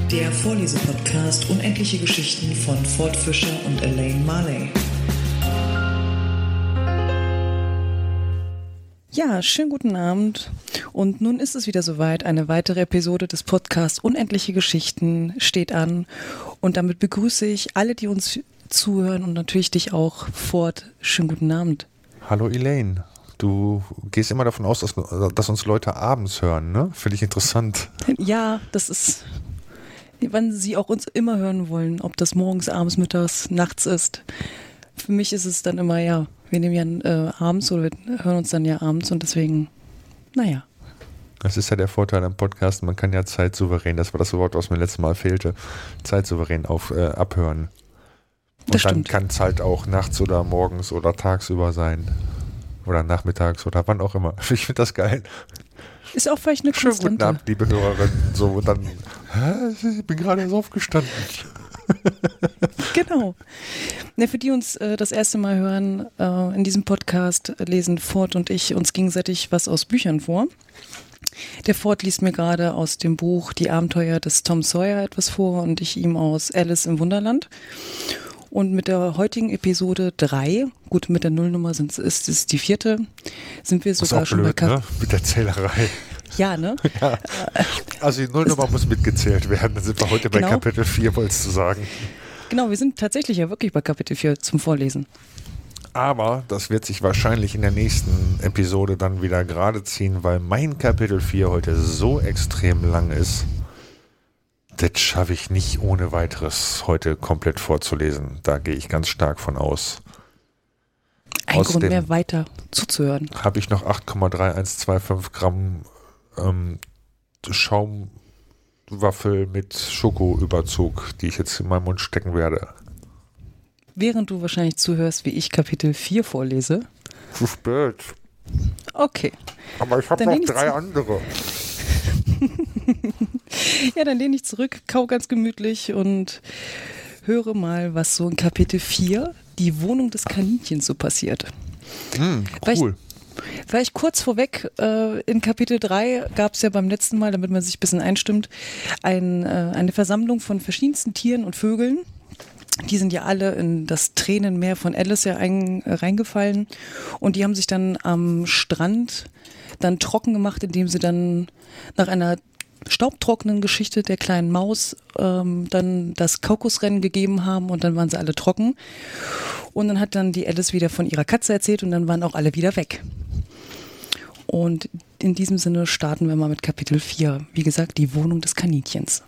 Der Vorlesepodcast Unendliche Geschichten von Ford Fischer und Elaine Marley. Ja, schönen guten Abend. Und nun ist es wieder soweit. Eine weitere Episode des Podcasts Unendliche Geschichten steht an. Und damit begrüße ich alle, die uns zuhören und natürlich dich auch, Ford. Schönen guten Abend. Hallo Elaine. Du gehst immer davon aus, dass uns Leute abends hören, ne? Finde ich interessant. Ja, das ist, wann sie auch uns immer hören wollen, ob das morgens, abends, mittags, nachts ist. Für mich ist es dann immer, ja, wir nehmen ja abends oder wir hören uns dann ja abends und deswegen, naja. Das ist ja der Vorteil am Podcast, man kann ja zeitsouverän, das war das Wort, was mir letztes Mal fehlte, zeitsouverän abhören. Und Das dann stimmt. kann es halt auch nachts oder morgens oder tagsüber sein. Oder nachmittags oder wann auch immer. Ich finde das geil. Ist auch vielleicht eine Schönen guten Konstante. Abend, liebe Hörerinnen. So, und dann, ich bin gerade erst aufgestanden. Genau. Ne, für die uns das erste Mal hören, in diesem Podcast lesen Ford und ich uns gegenseitig was aus Büchern vor. Der Ford liest mir gerade aus dem Buch Die Abenteuer des Tom Sawyer etwas vor und ich ihm aus Alice im Wunderland. Und mit der heutigen Episode 3, gut, mit der Nullnummer ist es die 4., sind wir Das ist sogar auch schon blöd, bei ne? Mit der Zählerei. Ja, ne? Ja. Also die Nullnummer muss mitgezählt werden. Dann sind wir heute bei Genau. Kapitel 4, wolltest du sagen. Genau, wir sind tatsächlich ja wirklich bei Kapitel 4 zum Vorlesen. Aber das wird sich wahrscheinlich in der nächsten Episode dann wieder gerade ziehen, weil mein Kapitel 4 heute so extrem lang ist. Das schaffe ich nicht ohne weiteres heute komplett vorzulesen. Da gehe ich ganz stark von aus. Ein Grund Außerdem mehr weiter zuzuhören. habe ich noch 8,3125 Gramm Schaumwaffel mit Schokoüberzug, die ich jetzt in meinen Mund stecken werde. Während du wahrscheinlich zuhörst, wie ich Kapitel 4 vorlese. Zu spät. Okay. Aber ich habe Dann noch lehn ich 3 zu- andere. Ja, dann lehne ich zurück, kau ganz gemütlich und höre mal, was so in Kapitel 4, die Wohnung des Kaninchens, so passiert. Cool. Vielleicht kurz vorweg, in Kapitel 3 gab es ja beim letzten Mal, damit man sich ein bisschen einstimmt, eine Versammlung von verschiedensten Tieren und Vögeln. Die sind ja alle in das Tränenmeer von Alice ja reingefallen und die haben sich dann am Strand dann trocken gemacht, indem sie dann nach einer staubtrockenen Geschichte der kleinen Maus dann das Kokosrennen gegeben haben und dann waren sie alle trocken. Und dann hat dann die Alice wieder von ihrer Katze erzählt und dann waren auch alle wieder weg. Und in diesem Sinne starten wir mal mit Kapitel 4. Wie gesagt, die Wohnung des Kaninchens.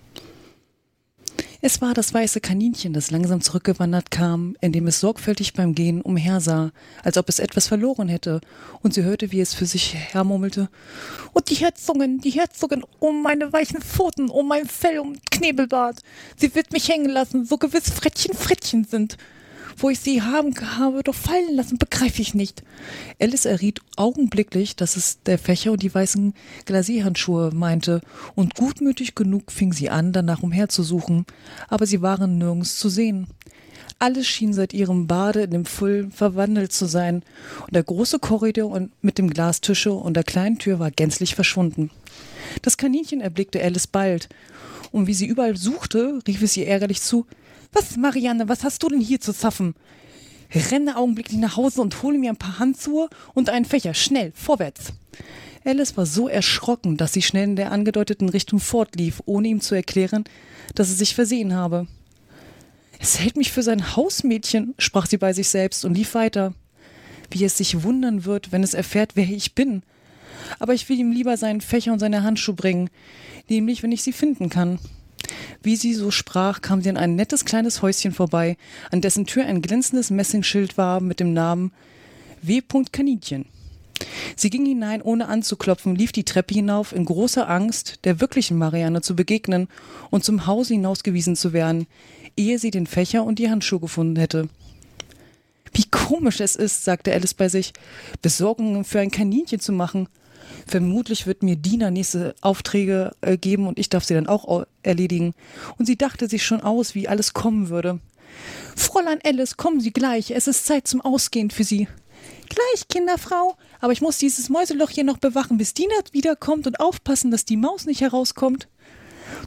Es war das weiße Kaninchen, das langsam zurückgewandert kam, indem es sorgfältig beim Gehen umhersah, als ob es etwas verloren hätte, und sie hörte, wie es für sich hermurmelte. Und die Herzogin, oh meine weichen Pfoten, oh mein Fell, um Knebelbart. Sie wird mich hängen lassen, so gewiss Frettchen sind. Wo ich sie habe doch fallen lassen, begreife ich nicht. Alice erriet augenblicklich, dass es der Fächer und die weißen Glasierhandschuhe meinte, und gutmütig genug fing sie an, danach umherzusuchen, aber sie waren nirgends zu sehen. Alles schien seit ihrem Bade in dem Full verwandelt zu sein, und der große Korridor mit dem Glastische und der kleinen Tür war gänzlich verschwunden. Das Kaninchen erblickte Alice bald, und wie sie überall suchte, rief es ihr ärgerlich zu: »Was, Marianne, was hast du denn hier zu zaffen? Renne augenblicklich nach Hause und hole mir ein paar Handschuhe und einen Fächer. Schnell, vorwärts!« Alice war so erschrocken, dass sie schnell in der angedeuteten Richtung fortlief, ohne ihm zu erklären, dass es sich versehen habe. »Es hält mich für sein Hausmädchen«, sprach sie bei sich selbst und lief weiter. »Wie es sich wundern wird, wenn es erfährt, wer ich bin. Aber ich will ihm lieber seinen Fächer und seine Handschuhe bringen, nämlich wenn ich sie finden kann.« Wie sie so sprach, kam sie an ein nettes kleines Häuschen vorbei, an dessen Tür ein glänzendes Messingschild war mit dem Namen W. Kaninchen. Sie ging hinein, ohne anzuklopfen, lief die Treppe hinauf, in großer Angst, der wirklichen Marianne zu begegnen und zum Hause hinausgewiesen zu werden, ehe sie den Fächer und die Handschuhe gefunden hätte. »Wie komisch es ist«, sagte Alice bei sich, »Besorgungen für ein Kaninchen zu machen. Vermutlich wird mir Diener nächste Aufträge geben und ich darf sie dann auch erledigen.« Und sie dachte sich schon aus, wie alles kommen würde. »Fräulein Alice, kommen Sie gleich, es ist Zeit zum Ausgehen für Sie.« »Gleich, Kinderfrau, aber ich muss dieses Mäuseloch hier noch bewachen, bis Diener wiederkommt und aufpassen, dass die Maus nicht herauskommt.«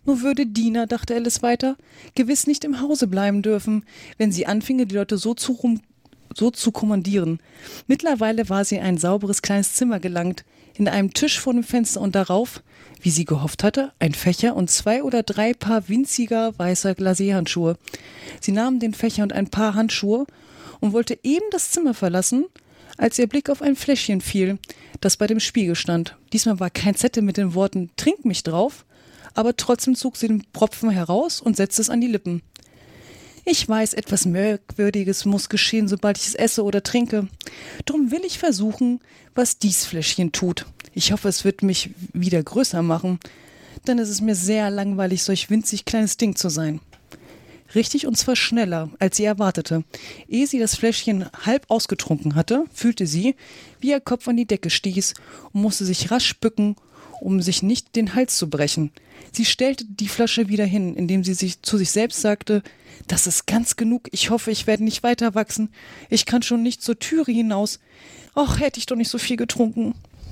Nur würde Dina, dachte Alice weiter, gewiss nicht im Hause bleiben dürfen, wenn sie anfinge, die Leute so zu kommandieren. Mittlerweile war sie in ein sauberes kleines Zimmer gelangt, in einem Tisch vor dem Fenster und darauf, wie sie gehofft hatte, ein Fächer und 2 oder 3 Paar winziger weißer Glacéhandschuhe. Sie nahm den Fächer und ein paar Handschuhe und wollte eben das Zimmer verlassen, als ihr Blick auf ein Fläschchen fiel, das bei dem Spiegel stand. Diesmal war kein Zettel mit den Worten »Trink mich« drauf, aber trotzdem zog sie den Propfen heraus und setzte es an die Lippen. Ich weiß, etwas Merkwürdiges muss geschehen, sobald ich es esse oder trinke. Drum will ich versuchen, was dies Fläschchen tut. Ich hoffe, es wird mich wieder größer machen, denn es ist mir sehr langweilig, solch winzig kleines Ding zu sein. Richtig, und zwar schneller, als sie erwartete. Ehe sie das Fläschchen halb ausgetrunken hatte, fühlte sie, wie ihr Kopf an die Decke stieß und musste sich rasch bücken, um sich nicht den Hals zu brechen. Sie stellte die Flasche wieder hin, indem sie sich zu sich selbst sagte, das ist ganz genug, ich hoffe, ich werde nicht weiter wachsen. Ich kann schon nicht zur Türe hinaus. Och, hätte ich doch nicht so viel getrunken.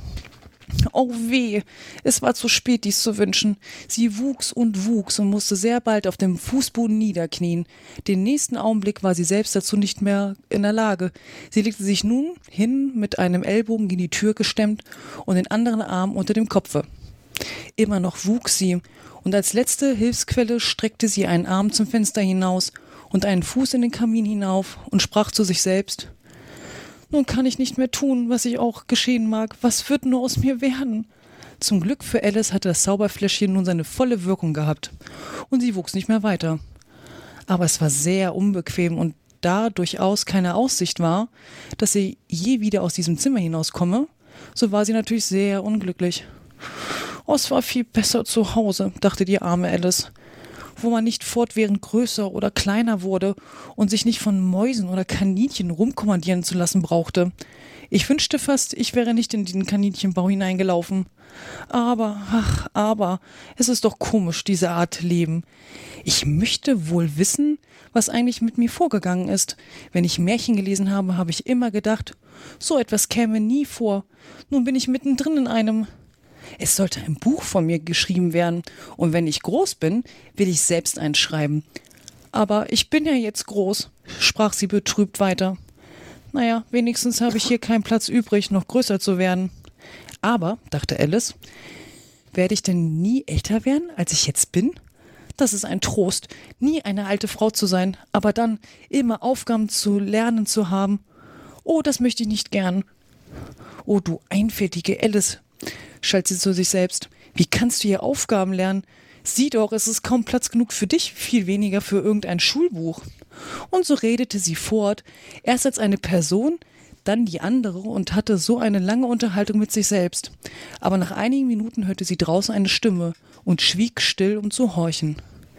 Oh weh, es war zu spät, dies zu wünschen. Sie wuchs und musste sehr bald auf dem Fußboden niederknien. Den nächsten Augenblick war sie selbst dazu nicht mehr in der Lage. Sie legte sich nun hin, mit einem Ellbogen gegen die Tür gestemmt und den anderen Arm unter dem Kopfe. Immer noch wuchs sie, und als letzte Hilfsquelle streckte sie einen Arm zum Fenster hinaus und einen Fuß in den Kamin hinauf und sprach zu sich selbst: Nun kann ich nicht mehr tun, was ich auch geschehen mag. Was wird nur aus mir werden? Zum Glück für Alice hatte das Zauberfläschchen nun seine volle Wirkung gehabt und sie wuchs nicht mehr weiter. Aber es war sehr unbequem, und da durchaus keine Aussicht war, dass sie je wieder aus diesem Zimmer hinauskomme, so war sie natürlich sehr unglücklich. Oh, es war viel besser zu Hause, dachte die arme Alice, wo man nicht fortwährend größer oder kleiner wurde und sich nicht von Mäusen oder Kaninchen rumkommandieren zu lassen brauchte. Ich wünschte fast, ich wäre nicht in den Kaninchenbau hineingelaufen. Aber, es ist doch komisch, diese Art Leben. Ich möchte wohl wissen, was eigentlich mit mir vorgegangen ist. Wenn ich Märchen gelesen habe, habe ich immer gedacht, so etwas käme nie vor. Nun bin ich mittendrin in einem. Es sollte ein Buch von mir geschrieben werden, und wenn ich groß bin, will ich selbst eins schreiben. Aber ich bin ja jetzt groß, sprach sie betrübt weiter. Naja, wenigstens habe ich hier keinen Platz übrig, noch größer zu werden. Aber, dachte Alice, werde ich denn nie älter werden, als ich jetzt bin? Das ist ein Trost, nie eine alte Frau zu sein, aber dann immer Aufgaben zu lernen zu haben. Oh, das möchte ich nicht gern. Oh, du einfältige Alice, schalt sie zu sich selbst. Wie kannst du hier Aufgaben lernen? Sieh doch, es ist kaum Platz genug für dich, viel weniger für irgendein Schulbuch. Und so redete sie fort, erst als eine Person, dann die andere, und hatte so eine lange Unterhaltung mit sich selbst. Aber nach einigen Minuten hörte sie draußen eine Stimme und schwieg still, um zu horchen.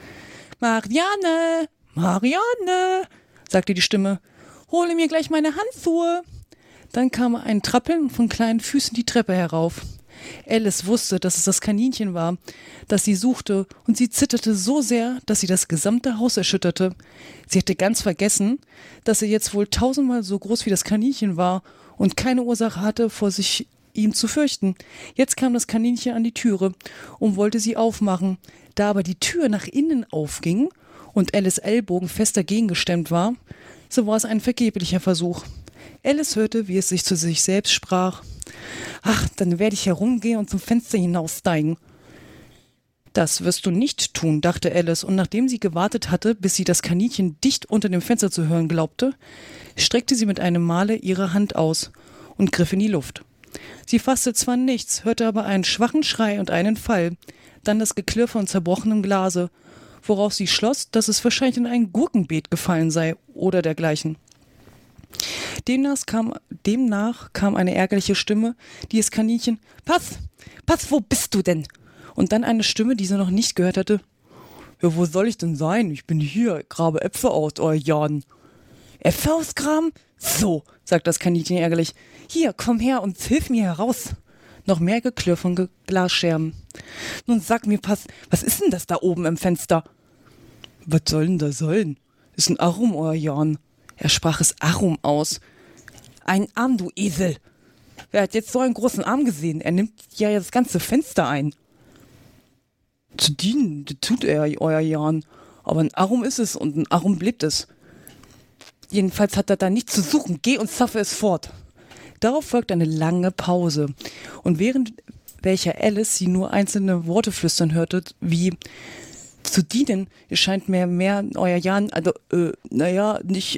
»Marianne, Marianne«, sagte die Stimme, »hole mir gleich meine Handschuhe.« Dann kam ein Trappeln von kleinen Füßen die Treppe herauf. Alice wusste, dass es das Kaninchen war, das sie suchte, und sie zitterte so sehr, dass sie das gesamte Haus erschütterte. Sie hatte ganz vergessen, dass sie jetzt wohl 1000-mal so groß wie das Kaninchen war und keine Ursache hatte, vor sich ihm zu fürchten. Jetzt kam das Kaninchen an die Türe und wollte sie aufmachen. Da aber die Tür nach innen aufging und Alice Ellbogen fest dagegen gestemmt war, so war es ein vergeblicher Versuch. Alice hörte, wie es sich zu sich selbst sprach. »Ach, dann werde ich herumgehen und zum Fenster hinaussteigen.« »Das wirst du nicht tun«, dachte Alice, und nachdem sie gewartet hatte, bis sie das Kaninchen dicht unter dem Fenster zu hören glaubte, streckte sie mit einem Male ihre Hand aus und griff in die Luft. Sie fasste zwar nichts, hörte aber einen schwachen Schrei und einen Fall, dann das Geklirr von zerbrochenem Glase, worauf sie schloss, dass es wahrscheinlich in ein Gurkenbeet gefallen sei oder dergleichen. Demnach kam eine ärgerliche Stimme, die das Kaninchen »Pass, wo bist du denn?« Und dann eine Stimme, die sie noch nicht gehört hatte. »Ja, wo soll ich denn sein? Ich bin hier, grabe Äpfel aus, euer Jan.« »Äpfel ausgraben? So«, sagte das Kaninchen ärgerlich. »Hier, komm her und hilf mir heraus.« Noch mehr Geklirr von Glasscherben. »Nun sag mir, Pass, was ist denn das da oben im Fenster?« »Was soll denn das sein? Ist ein Arum, euer Jan.« Er sprach es Arum aus. »Ein Arm, du Esel! Wer hat jetzt so einen großen Arm gesehen? Er nimmt ja das ganze Fenster ein.« Zu dienen, das tut er, euer Jan. Aber ein Arum ist es und ein Arum bleibt es. Jedenfalls hat er da nichts zu suchen. Geh und zaffe es fort. Darauf folgt eine lange Pause. Und während welcher Alice sie nur einzelne Worte flüstern hörte, wie zu dienen, es scheint mir mehr euer Jan, also, nicht,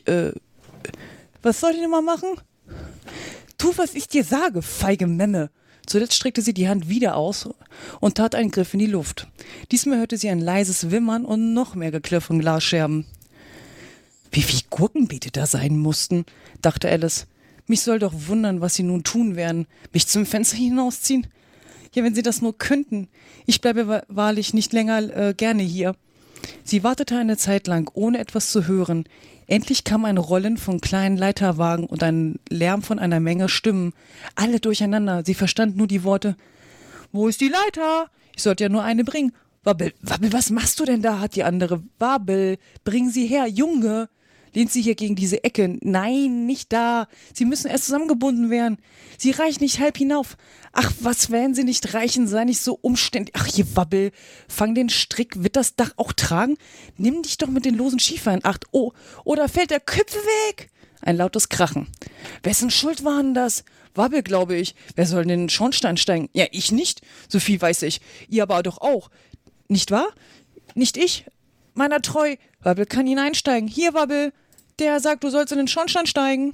was soll ich denn mal machen? Tu, was ich dir sage, feige Memme. Zuletzt streckte sie die Hand wieder aus und tat einen Griff in die Luft. Diesmal hörte sie ein leises Wimmern und noch mehr Geklirr von Glasscherben. Wie viele Gurkenbeete da sein mussten, dachte Alice. Mich soll doch wundern, was sie nun tun werden. Mich zum Fenster hinausziehen? Ja, wenn sie das nur könnten. Ich bleibe wahrlich nicht länger gerne hier. Sie wartete eine Zeit lang, ohne etwas zu hören. Endlich kam ein Rollen von kleinen Leiterwagen und ein Lärm von einer Menge Stimmen. Alle durcheinander. Sie verstand nur die Worte. Wo ist die Leiter? Ich sollte ja nur eine bringen. Wabbel, was machst du denn da? Hat die andere. Wabbel, bring sie her, Junge. Lehnt sie hier gegen diese Ecke. Nein, nicht da. Sie müssen erst zusammengebunden werden. Sie reichen nicht halb hinauf. Ach, was werden sie nicht reichen? Sei nicht so umständlich. Ach, hier Wabbel. Fang den Strick. Wird das Dach auch tragen? Nimm dich doch mit den losen Schiefer in Acht. Oh, oder fällt der Köpfe weg? Ein lautes Krachen. Wessen Schuld war denn das? Wabbel, glaube ich. Wer soll in den Schornstein steigen? Ja, ich nicht. So viel weiß ich. Ihr aber doch auch. Nicht wahr? Nicht ich? Meiner treu. Wabbel kann hineinsteigen. Hier, Wabbel. Der sagt, du sollst in den Schornstein steigen.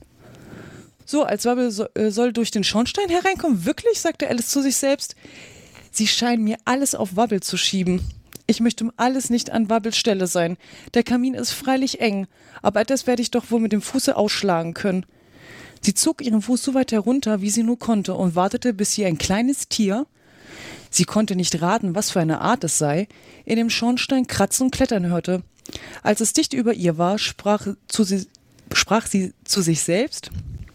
So, als Wabbel soll durch den Schornstein hereinkommen? Wirklich? Sagte Alice zu sich selbst. Sie scheinen mir alles auf Wabbel zu schieben. Ich möchte um alles nicht an Wabbels Stelle sein. Der Kamin ist freilich eng, aber das werde ich doch wohl mit dem Fuße ausschlagen können. Sie zog ihren Fuß so weit herunter, wie sie nur konnte, und wartete, bis sie ein kleines Tier, sie konnte nicht raten, was für eine Art es sei, in dem Schornstein kratzen und klettern hörte. Als es dicht über ihr war, sprach sie zu sich selbst,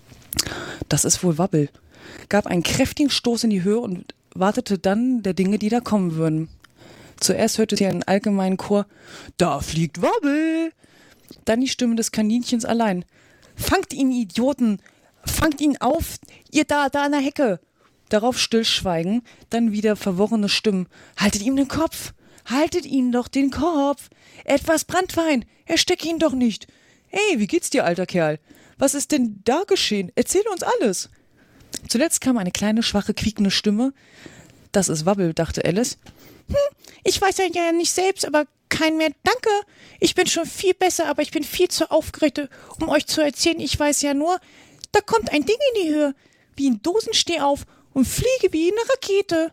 das ist wohl Wabbel, gab einen kräftigen Stoß in die Höhe und wartete dann der Dinge, die da kommen würden. Zuerst hörte sie einen allgemeinen Chor, da fliegt Wabbel! Dann die Stimme des Kaninchens allein, fangt ihn, Idioten! Fangt ihn auf! Ihr da an der Hecke! Darauf Stillschweigen, dann wieder verworrene Stimmen, haltet ihm den Kopf! Haltet ihn doch den Kopf! Etwas Branntwein! Erstecke ihn doch nicht! Hey, wie geht's dir, alter Kerl? Was ist denn da geschehen? Erzähle uns alles! Zuletzt kam eine kleine, schwache, quiekende Stimme. Das ist Wabbel, dachte Alice. Ich weiß ja nicht selbst, aber kein mehr. Danke! Ich bin schon viel besser, aber ich bin viel zu aufgeregt, um euch zu erzählen. Ich weiß ja nur, da kommt ein Ding in die Höhe, wie ein Dosenstehauf und fliege wie eine Rakete.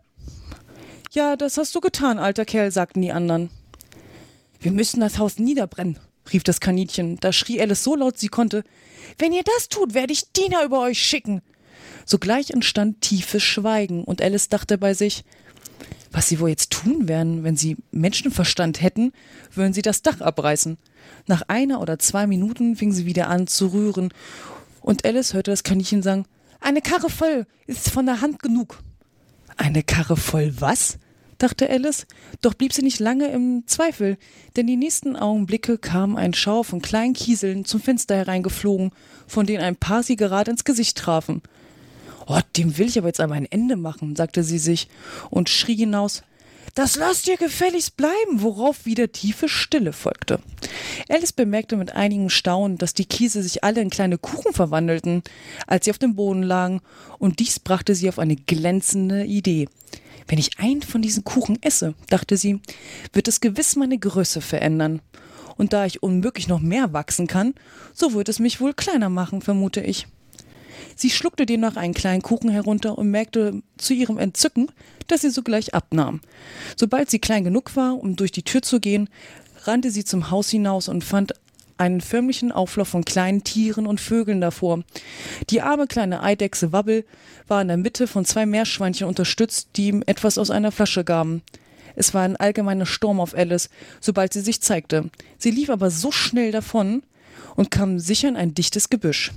Ja, das hast du getan, alter Kerl, sagten die anderen. Wir müssen das Haus niederbrennen, rief das Kaninchen. Da schrie Alice so laut sie konnte. Wenn ihr das tut, werde ich Diener über euch schicken. Sogleich entstand tiefes Schweigen und Alice dachte bei sich, was sie wohl jetzt tun werden, wenn sie Menschenverstand hätten, würden sie das Dach abreißen. Nach 1 oder 2 Minuten fing sie wieder an zu rühren und Alice hörte das Kaninchen sagen, eine Karre voll ist von der Hand genug. Eine Karre voll was? Dachte Alice, doch blieb sie nicht lange im Zweifel, denn die nächsten Augenblicke kam ein Schauer von kleinen Kieseln zum Fenster hereingeflogen, von denen ein paar sie gerade ins Gesicht trafen. Oh, dem will ich aber jetzt einmal ein Ende machen, sagte sie sich und schrie hinaus, das lasst ihr gefälligst bleiben, worauf wieder tiefe Stille folgte. Alice bemerkte mit einigem Staunen, dass die Kiesel sich alle in kleine Kuchen verwandelten, als sie auf dem Boden lagen, und dies brachte sie auf eine glänzende Idee. Wenn ich einen von diesen Kuchen esse, dachte sie, wird es gewiss meine Größe verändern. Und da ich unmöglich noch mehr wachsen kann, so wird es mich wohl kleiner machen, vermute ich. Sie schluckte demnach einen kleinen Kuchen herunter und merkte zu ihrem Entzücken, dass sie sogleich abnahm. Sobald sie klein genug war, um durch die Tür zu gehen, rannte sie zum Haus hinaus und fand einen förmlichen Auflauf von kleinen Tieren und Vögeln davor. Die arme kleine Eidechse Wabbel war in der Mitte von 2 Meerschweinchen unterstützt, die ihm etwas aus einer Flasche gaben. Es war ein allgemeiner Sturm auf Alice, sobald sie sich zeigte. Sie lief aber so schnell davon und kam sicher in ein dichtes Gebüsch.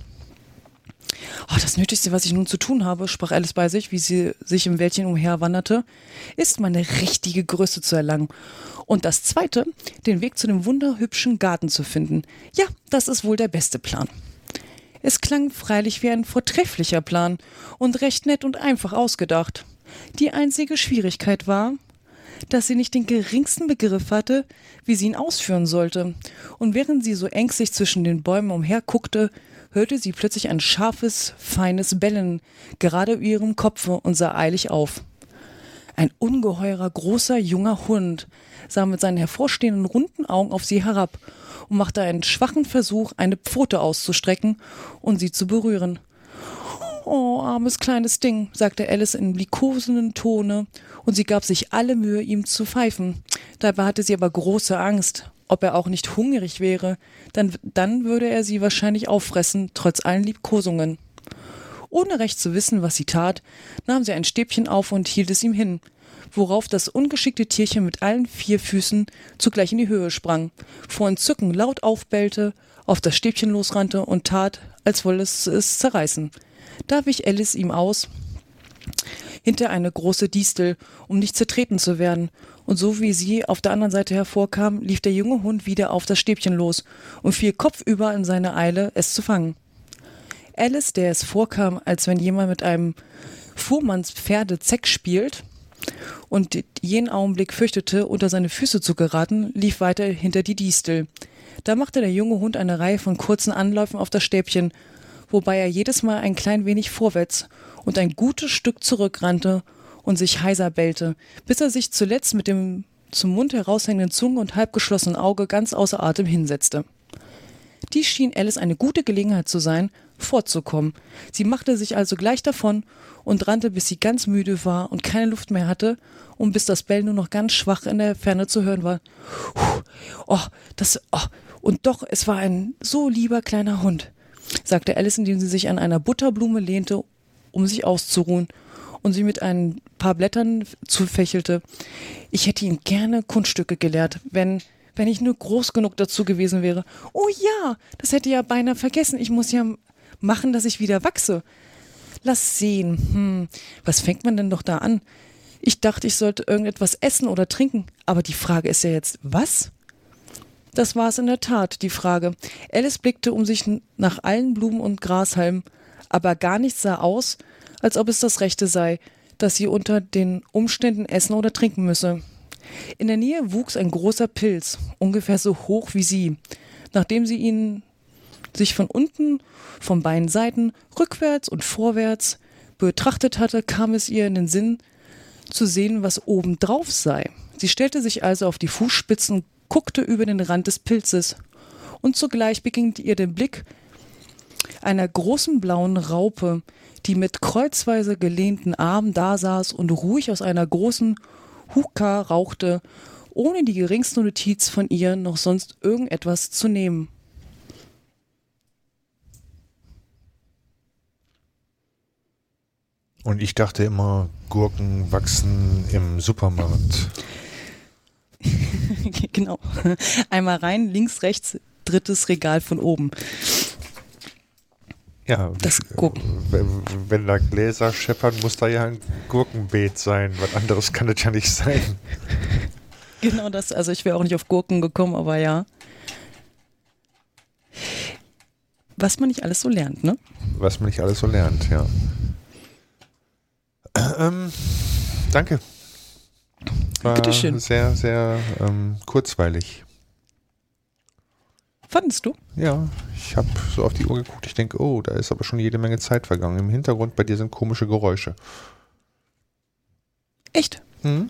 Oh, das Nötigste, was ich nun zu tun habe, sprach Alice bei sich, wie sie sich im Wäldchen umherwanderte, ist, meine richtige Größe zu erlangen. Und das Zweite, den Weg zu dem wunderhübschen Garten zu finden. Ja, das ist wohl der beste Plan. Es klang freilich wie ein vortrefflicher Plan und recht nett und einfach ausgedacht. Die einzige Schwierigkeit war, dass sie nicht den geringsten Begriff hatte, wie sie ihn ausführen sollte. Und während sie so ängstlich zwischen den Bäumen umherguckte, hörte sie plötzlich ein scharfes, feines Bellen gerade über ihrem Kopfe und sah eilig auf. Ein ungeheurer, großer, junger Hund sah mit seinen hervorstehenden, runden Augen auf sie herab und machte einen schwachen Versuch, eine Pfote auszustrecken und sie zu berühren. »Oh, armes kleines Ding«, sagte Alice in liebkosendem Tone, und sie gab sich alle Mühe, ihm zu pfeifen. Dabei hatte sie aber große Angst. Ob er auch nicht hungrig wäre, dann würde er sie wahrscheinlich auffressen, trotz allen Liebkosungen. Ohne recht zu wissen, was sie tat, nahm sie ein Stäbchen auf und hielt es ihm hin, worauf das ungeschickte Tierchen mit allen 4 Füßen zugleich in die Höhe sprang, vor Entzücken laut aufbellte, auf das Stäbchen losrannte und tat, als wolle es zerreißen. Da wich Alice ihm aus, hinter eine große Distel, um nicht zertreten zu werden, und so wie sie auf der anderen Seite hervorkam, lief der junge Hund wieder auf das Stäbchen los und fiel kopfüber in seine Eile, es zu fangen. Alice, der es vorkam, als wenn jemand mit einem Fuhrmannspferde Zeck spielt und jeden Augenblick fürchtete, unter seine Füße zu geraten, lief weiter hinter die Distel. Da machte der junge Hund eine Reihe von kurzen Anläufen auf das Stäbchen, wobei er jedes Mal ein klein wenig vorwärts und ein gutes Stück zurückrannte und sich heiser bellte, bis er sich zuletzt mit dem zum Mund heraushängenden Zunge und halbgeschlossenen Auge ganz außer Atem hinsetzte. Dies schien Alice eine gute Gelegenheit zu sein, fortzukommen. Sie machte sich also gleich davon und rannte, bis sie ganz müde war und keine Luft mehr hatte und bis das Bellen nur noch ganz schwach in der Ferne zu hören war. Und doch, es war ein so lieber kleiner Hund, sagte Alice, indem sie sich an einer Butterblume lehnte, um sich auszuruhen und sie mit ein paar Blättern zufächelte. Ich hätte ihm gerne Kunststücke gelehrt, wenn ich nur groß genug dazu gewesen wäre. Oh ja, das hätte ich ja beinahe vergessen. Ich muss ja machen, dass ich wieder wachse. Lass sehen. Was fängt man denn doch da an? Ich dachte, ich sollte irgendetwas essen oder trinken. Aber die Frage ist ja jetzt, was? Das war es in der Tat, die Frage. Alice blickte um sich nach allen Blumen und Grashalmen, aber gar nichts sah aus, als ob es das Rechte sei, dass sie unter den Umständen essen oder trinken müsse. In der Nähe wuchs ein großer Pilz, ungefähr so hoch wie sie. Nachdem sie ihn sich von unten, von beiden Seiten, rückwärts und vorwärts betrachtet hatte, kam es ihr in den Sinn, zu sehen, was oben drauf sei. Sie stellte sich also auf die Fußspitzen, guckte über den Rand des Pilzes, und zugleich begegnete ihr der Blick einer großen blauen Raupe, die mit kreuzweise gelehnten Armen dasaß und ruhig aus einer großen Hookah rauchte, ohne die geringste Notiz von ihr noch sonst irgendetwas zu nehmen. Und ich dachte immer, Gurken wachsen im Supermarkt. Genau. Einmal rein, links, rechts, drittes Regal von oben. Ja, das wenn da Gläser scheppern, muss da ja ein Gurkenbeet sein. Was anderes kann das ja nicht sein. Genau das, also ich wäre auch nicht auf Gurken gekommen, aber ja. Was man nicht alles so lernt, ne? Was man nicht alles so lernt, ja. Danke. War Bitteschön. Sehr, sehr kurzweilig. Fandest du? Ja, ich habe so auf die Uhr geguckt. Ich denke, oh, da ist aber schon jede Menge Zeit vergangen. Im Hintergrund bei dir sind komische Geräusche. Echt?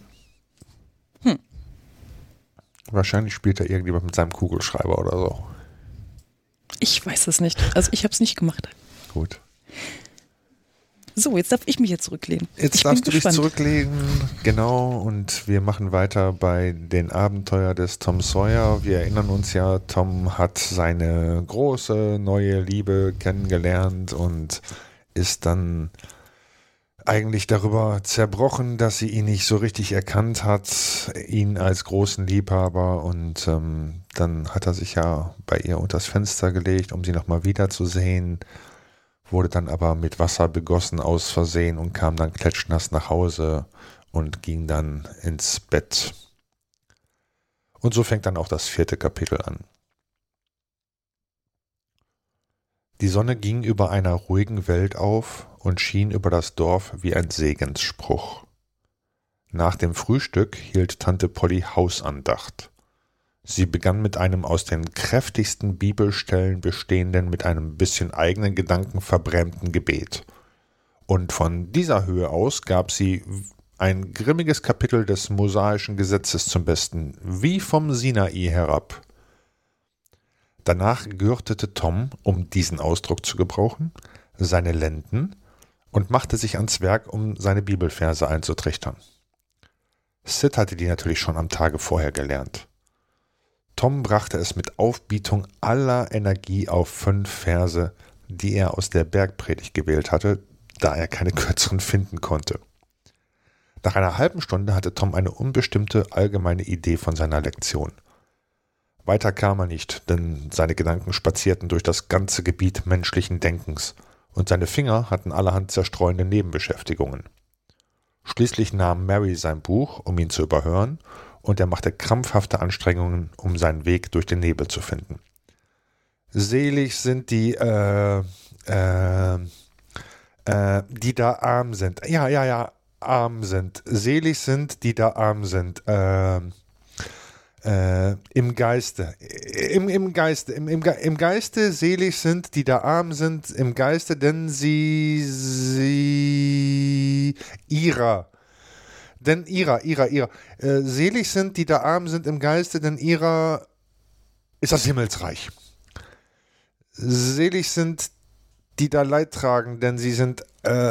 Wahrscheinlich spielt da irgendjemand mit seinem Kugelschreiber oder so. Ich weiß es nicht. Also ich habe es nicht gemacht. Gut. So, jetzt darf ich mich jetzt zurücklehnen. Jetzt darfst du dich zurücklehnen, genau, und wir machen weiter bei den Abenteuern des Tom Sawyer. Wir erinnern uns ja, Tom hat seine große neue Liebe kennengelernt und ist dann eigentlich darüber zerbrochen, dass sie ihn nicht so richtig erkannt hat, ihn als großen Liebhaber, und dann hat er sich ja bei ihr unters Fenster gelegt, um sie nochmal wiederzusehen. Wurde dann aber mit Wasser begossen aus Versehen und kam dann klatschnass nach Hause und ging dann ins Bett. Und so fängt dann auch das 4. Kapitel an. Die Sonne ging über einer ruhigen Welt auf und schien über das Dorf wie ein Segensspruch. Nach dem Frühstück hielt Tante Polly Hausandacht. Sie begann mit einem aus den kräftigsten Bibelstellen bestehenden, mit einem bisschen eigenen Gedanken verbrämten Gebet. Und von dieser Höhe aus gab sie ein grimmiges Kapitel des mosaischen Gesetzes zum Besten, wie vom Sinai herab. Danach gürtete Tom, um diesen Ausdruck zu gebrauchen, seine Lenden und machte sich ans Werk, um seine Bibelverse einzutrichtern. Sid hatte die natürlich schon am Tage vorher gelernt. Tom brachte es mit Aufbietung aller Energie auf 5 Verse, die er aus der Bergpredigt gewählt hatte, da er keine kürzeren finden konnte. Nach einer halben Stunde hatte Tom eine unbestimmte allgemeine Idee von seiner Lektion. Weiter kam er nicht, denn seine Gedanken spazierten durch das ganze Gebiet menschlichen Denkens und seine Finger hatten allerhand zerstreuende Nebenbeschäftigungen. Schließlich nahm Mary sein Buch, um ihn zu überhören, und er machte krampfhafte Anstrengungen, um seinen Weg durch den Nebel zu finden. Selig sind die da arm sind. Ja, arm sind. Selig sind, die da arm sind. Im Geiste. Im Geiste selig sind, die da arm sind, im Geiste, denn sie ihrer. Denn ihrer. Selig sind, die da arm sind im Geiste, denn ihrer ist das Himmelsreich. Selig sind, die da Leid tragen, denn sie sind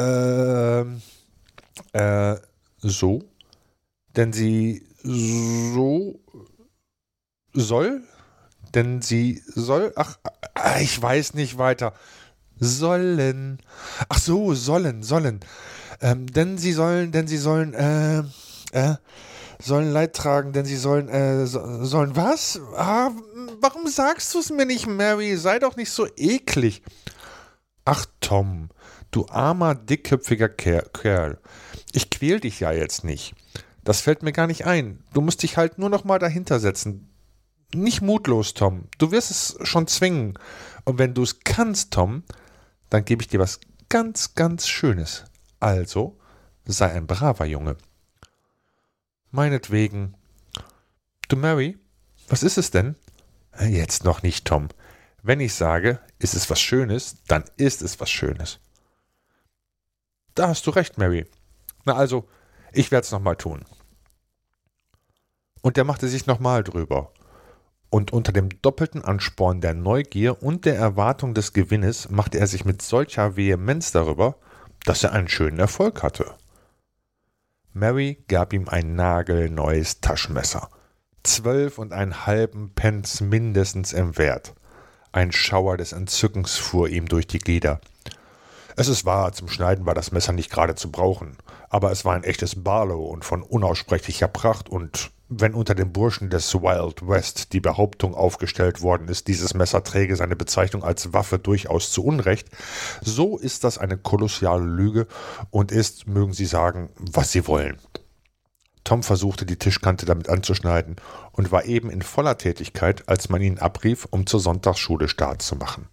so, denn sie so soll, denn sie soll, ich weiß nicht weiter, sollen, ach so, sollen, denn sie sollen Leid tragen, denn sie sollen was? Warum sagst du es mir nicht, Mary? Sei doch nicht so eklig. Ach, Tom, du armer, dickköpfiger Kerl. Ich quäl dich ja jetzt nicht. Das fällt mir gar nicht ein. Du musst dich halt nur noch mal dahinter setzen. Nicht mutlos, Tom. Du wirst es schon zwingen. Und wenn du es kannst, Tom, dann gebe ich dir was ganz, ganz Schönes. Also, sei ein braver Junge. Meinetwegen. Du, Mary, was ist es denn? Jetzt noch nicht, Tom. Wenn ich sage, ist es was Schönes, dann ist es was Schönes. Da hast du recht, Mary. Na also, ich werde es nochmal tun. Und er machte sich nochmal drüber. Und unter dem doppelten Ansporn der Neugier und der Erwartung des Gewinnes machte er sich mit solcher Vehemenz darüber, dass er einen schönen Erfolg hatte. Mary gab ihm ein nagelneues Taschenmesser. 12,5 Pence mindestens im Wert. Ein Schauer des Entzückens fuhr ihm durch die Glieder. Es ist wahr, zum Schneiden war das Messer nicht gerade zu brauchen, aber es war ein echtes Barlow und von unaussprechlicher Pracht, und wenn unter den Burschen des Wild West die Behauptung aufgestellt worden ist, dieses Messer träge seine Bezeichnung als Waffe durchaus zu Unrecht, so ist das eine kolossale Lüge und ist, mögen Sie sagen, was Sie wollen. Tom versuchte, die Tischkante damit anzuschneiden und war eben in voller Tätigkeit, als man ihn abrief, um zur Sonntagsschule Start zu machen.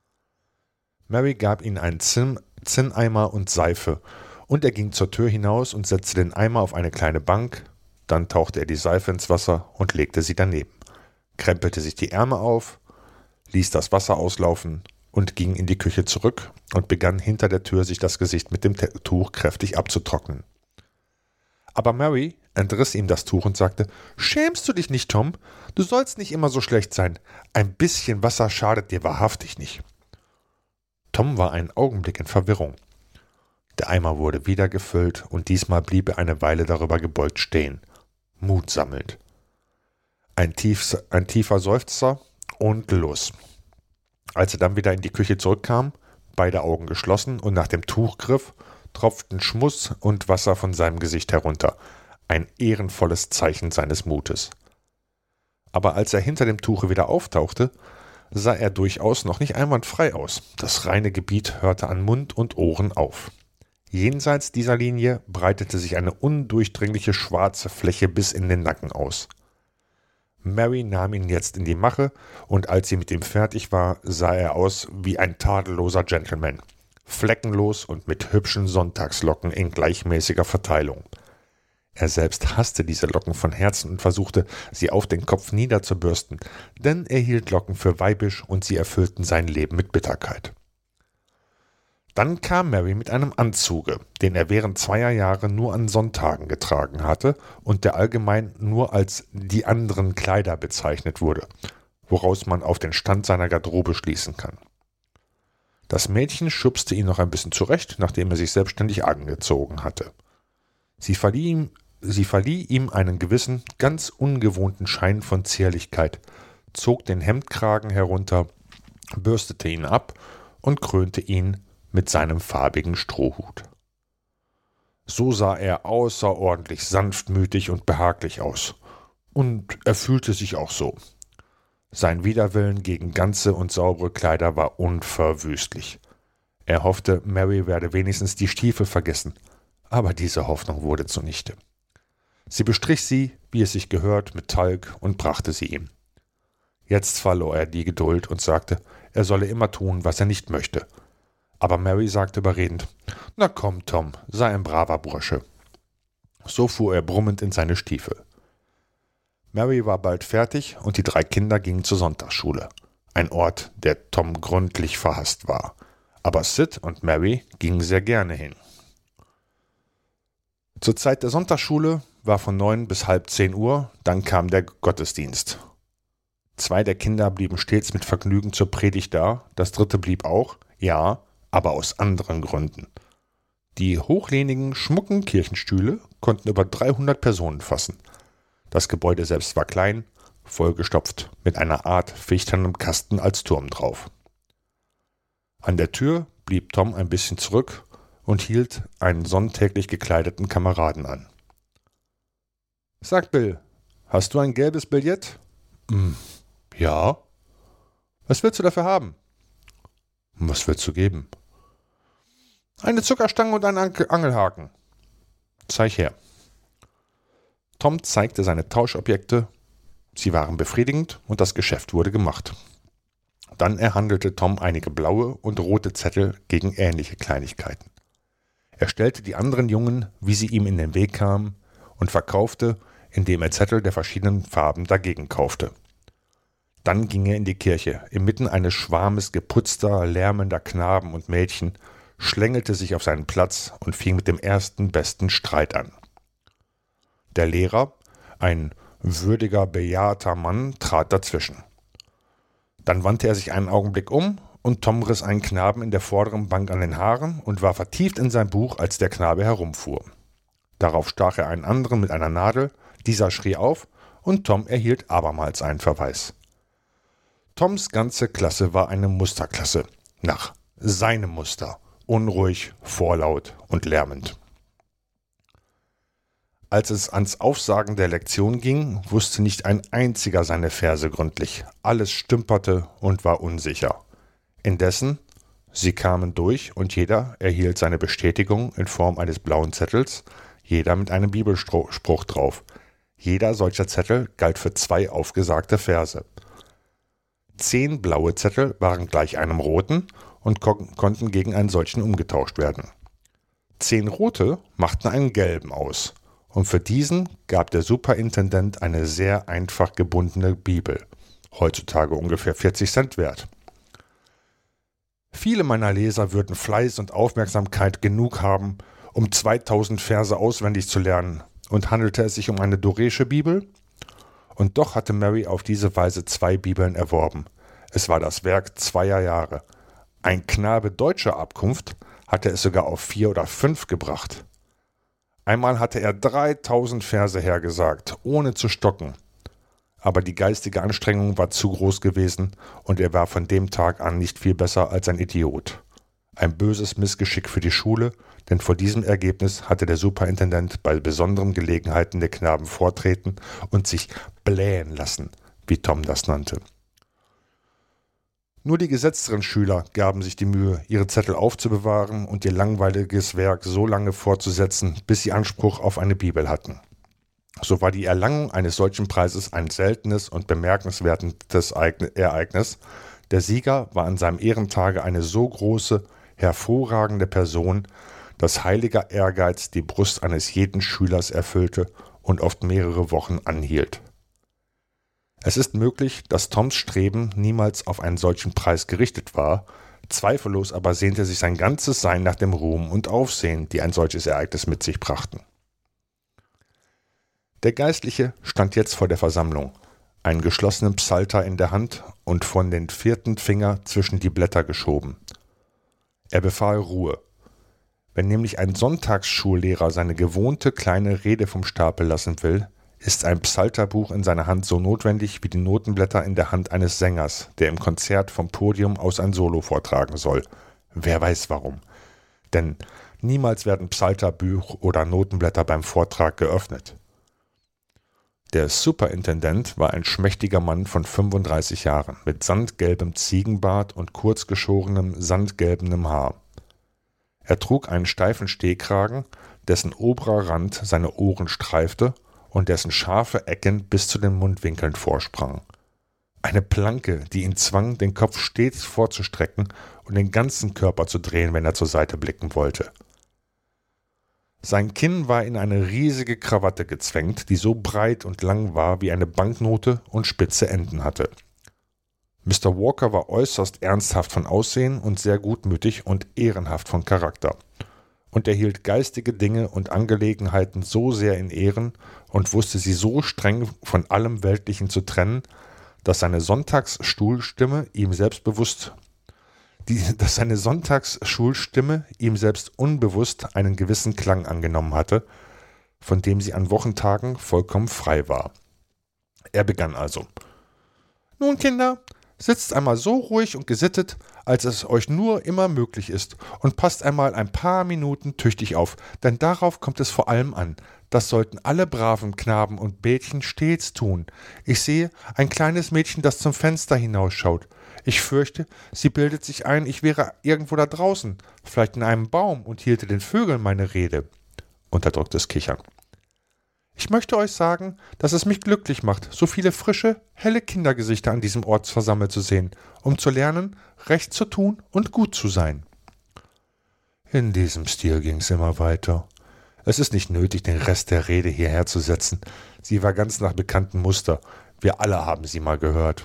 Mary gab ihm einen Zinneimer und Seife, und er ging zur Tür hinaus und setzte den Eimer auf eine kleine Bank. Dann tauchte er die Seife ins Wasser und legte sie daneben, krempelte sich die Ärmel auf, ließ das Wasser auslaufen und ging in die Küche zurück und begann hinter der Tür sich das Gesicht mit dem Tuch kräftig abzutrocknen. Aber Mary entriss ihm das Tuch und sagte: »Schämst du dich nicht, Tom? Du sollst nicht immer so schlecht sein. Ein bisschen Wasser schadet dir wahrhaftig nicht.« Tom war einen Augenblick in Verwirrung. Der Eimer wurde wieder gefüllt und diesmal blieb er eine Weile darüber gebeugt stehen, Mut sammelnd. Ein tiefer Seufzer und los. Als er dann wieder in die Küche zurückkam, beide Augen geschlossen und nach dem Tuch griff, tropften Schmuss und Wasser von seinem Gesicht herunter, ein ehrenvolles Zeichen seines Mutes. Aber als er hinter dem Tuche wieder auftauchte, sah er durchaus noch nicht einwandfrei aus. Das reine Gebiet hörte an Mund und Ohren auf. Jenseits dieser Linie breitete sich eine undurchdringliche schwarze Fläche bis in den Nacken aus. Mary nahm ihn jetzt in die Mache, und als sie mit ihm fertig war, sah er aus wie ein tadelloser Gentleman, fleckenlos und mit hübschen Sonntagslocken in gleichmäßiger Verteilung. Er selbst hasste diese Locken von Herzen und versuchte, sie auf den Kopf niederzubürsten, denn er hielt Locken für weibisch und sie erfüllten sein Leben mit Bitterkeit. Dann kam Mary mit einem Anzuge, den er während 2 Jahre nur an Sonntagen getragen hatte und der allgemein nur als die anderen Kleider bezeichnet wurde, woraus man auf den Stand seiner Garderobe schließen kann. Das Mädchen schubste ihn noch ein bisschen zurecht, nachdem er sich selbstständig angezogen hatte. Sie verlieh ihm einen gewissen, ganz ungewohnten Schein von Zierlichkeit, zog den Hemdkragen herunter, bürstete ihn ab und krönte ihn mit seinem farbigen Strohhut. So sah er außerordentlich sanftmütig und behaglich aus, und er fühlte sich auch so. Sein Widerwillen gegen ganze und saubere Kleider war unverwüstlich. Er hoffte, Mary werde wenigstens die Stiefel vergessen, aber diese Hoffnung wurde zunichte. Sie bestrich sie, wie es sich gehört, mit Talg und brachte sie ihm. Jetzt verlor er die Geduld und sagte, er solle immer tun, was er nicht möchte. Aber Mary sagte überredend, »Na komm, Tom, sei ein braver Bursche.« So fuhr er brummend in seine Stiefel. Mary war bald fertig und die 3 Kinder gingen zur Sonntagsschule, ein Ort, der Tom gründlich verhasst war. Aber Sid und Mary gingen sehr gerne hin. Zur Zeit der Sonntagsschule war von 9 bis halb 10 Uhr, dann kam der Gottesdienst. 2 der Kinder blieben stets mit Vergnügen zur Predigt da, das 3. blieb auch, ja, aber aus anderen Gründen. Die hochlehnigen, schmucken Kirchenstühle konnten über 300 Personen fassen. Das Gebäude selbst war klein, vollgestopft mit einer Art fichternem Kasten als Turm drauf. An der Tür blieb Tom ein bisschen zurück und hielt einen sonntäglich gekleideten Kameraden an. »Sag, Bill, hast du ein gelbes Billett?« »Ja.« »Was willst du dafür haben?« »Was willst du geben?« »Eine Zuckerstange und einen Angelhaken.« »Zeig her.« Tom zeigte seine Tauschobjekte, sie waren befriedigend und das Geschäft wurde gemacht. Dann erhandelte Tom einige blaue und rote Zettel gegen ähnliche Kleinigkeiten. Er stellte die anderen Jungen, wie sie ihm in den Weg kamen, und verkaufte, indem er Zettel der verschiedenen Farben dagegen kaufte. Dann ging er in die Kirche, inmitten eines Schwarmes geputzter, lärmender Knaben und Mädchen, schlängelte sich auf seinen Platz und fing mit dem ersten besten Streit an. Der Lehrer, ein würdiger, bejahrter Mann, trat dazwischen. Dann wandte er sich einen Augenblick um und Tom riss einen Knaben in der vorderen Bank an den Haaren und war vertieft in sein Buch, als der Knabe herumfuhr. Darauf stach er einen anderen mit einer Nadel, dieser schrie auf und Tom erhielt abermals einen Verweis. Toms ganze Klasse war eine Musterklasse, nach seinem Muster, unruhig, vorlaut und lärmend. Als es ans Aufsagen der Lektion ging, wusste nicht ein einziger seine Verse gründlich. Alles stümperte und war unsicher. Indessen, sie kamen durch und jeder erhielt seine Bestätigung in Form eines blauen Zettels, jeder mit einem Bibelspruch drauf. Jeder solcher Zettel galt für 2 aufgesagte Verse. 10 blaue Zettel waren gleich einem roten und konnten gegen einen solchen umgetauscht werden. 10 rote machten einen gelben aus. Und für diesen gab der Superintendent eine sehr einfach gebundene Bibel, heutzutage ungefähr 40 Cent wert. Viele meiner Leser würden Fleiß und Aufmerksamkeit genug haben, um 2000 Verse auswendig zu lernen, und handelte es sich um eine doresche Bibel? Und doch hatte Mary auf diese Weise 2 Bibeln erworben. Es war das Werk 2 Jahre. Ein Knabe deutscher Abkunft hatte es sogar auf 4 oder 5 gebracht. Einmal hatte er 3000 Verse hergesagt, ohne zu stocken. Aber die geistige Anstrengung war zu groß gewesen und er war von dem Tag an nicht viel besser als ein Idiot. Ein böses Missgeschick für die Schule, denn vor diesem Ergebnis hatte der Superintendent bei besonderen Gelegenheiten der Knaben vortreten und sich blähen lassen, wie Tom das nannte. Nur die gesetzteren Schüler gaben sich die Mühe, ihre Zettel aufzubewahren und ihr langweiliges Werk so lange fortzusetzen, bis sie Anspruch auf eine Bibel hatten. So war die Erlangung eines solchen Preises ein seltenes und bemerkenswertes Ereignis. Der Sieger war an seinem Ehrentage eine so große, hervorragende Person, dass heiliger Ehrgeiz die Brust eines jeden Schülers erfüllte und oft mehrere Wochen anhielt. Es ist möglich, dass Toms Streben niemals auf einen solchen Preis gerichtet war, zweifellos aber sehnte sich sein ganzes Sein nach dem Ruhm und Aufsehen, die ein solches Ereignis mit sich brachten. Der Geistliche stand jetzt vor der Versammlung, einen geschlossenen Psalter in der Hand und von den 4. Finger zwischen die Blätter geschoben. Er befahl Ruhe. Wenn nämlich ein Sonntagsschullehrer seine gewohnte kleine Rede vom Stapel lassen will, ist ein Psalterbuch in seiner Hand so notwendig wie die Notenblätter in der Hand eines Sängers, der im Konzert vom Podium aus ein Solo vortragen soll. Wer weiß warum. Denn niemals werden Psalterbuch oder Notenblätter beim Vortrag geöffnet. Der Superintendent war ein schmächtiger Mann von 35 Jahren mit sandgelbem Ziegenbart und kurzgeschorenem, sandgelbenem Haar. Er trug einen steifen Stehkragen, dessen oberer Rand seine Ohren streifte und dessen scharfe Ecken bis zu den Mundwinkeln vorsprangen. Eine Planke, die ihn zwang, den Kopf stets vorzustrecken und den ganzen Körper zu drehen, wenn er zur Seite blicken wollte. Sein Kinn war in eine riesige Krawatte gezwängt, die so breit und lang war wie eine Banknote und spitze Enden hatte. Mr. Walker war äußerst ernsthaft von Aussehen und sehr gutmütig und ehrenhaft von Charakter. Und er hielt geistige Dinge und Angelegenheiten so sehr in Ehren und wusste sie so streng von allem Weltlichen zu trennen, dass seine Sonntagsschulstimme ihm selbst unbewusst einen gewissen Klang angenommen hatte, von dem sie an Wochentagen vollkommen frei war. Er begann also: »Nun, Kinder, sitzt einmal so ruhig und gesittet, als es euch nur immer möglich ist, und passt einmal ein paar Minuten tüchtig auf, denn darauf kommt es vor allem an. Das sollten alle braven Knaben und Mädchen stets tun. Ich sehe ein kleines Mädchen, das zum Fenster hinausschaut. Ich fürchte, sie bildet sich ein, ich wäre irgendwo da draußen, vielleicht in einem Baum, und hielte den Vögeln meine Rede.« Unterdrücktes Kichern. »Ich möchte euch sagen, dass es mich glücklich macht, so viele frische, helle Kindergesichter an diesem Ort versammelt zu sehen, um zu lernen, recht zu tun und gut zu sein.« In diesem Stil ging es immer weiter. Es ist nicht nötig, den Rest der Rede hierher zu setzen. Sie war ganz nach bekanntem Muster. Wir alle haben sie mal gehört.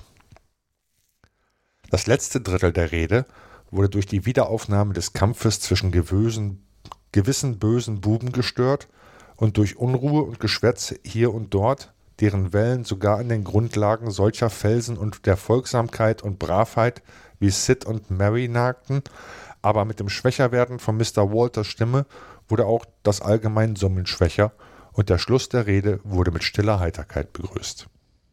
Das letzte Drittel der Rede wurde durch die Wiederaufnahme des Kampfes zwischen gewissen bösen Buben gestört und durch Unruhe und Geschwätz hier und dort, deren Wellen sogar an den Grundlagen solcher Felsen und der Folgsamkeit und Bravheit wie Sid und Mary nagten, aber mit dem Schwächerwerden von Mr. Walters Stimme wurde auch das allgemeine Summen schwächer und der Schluss der Rede wurde mit stiller Heiterkeit begrüßt.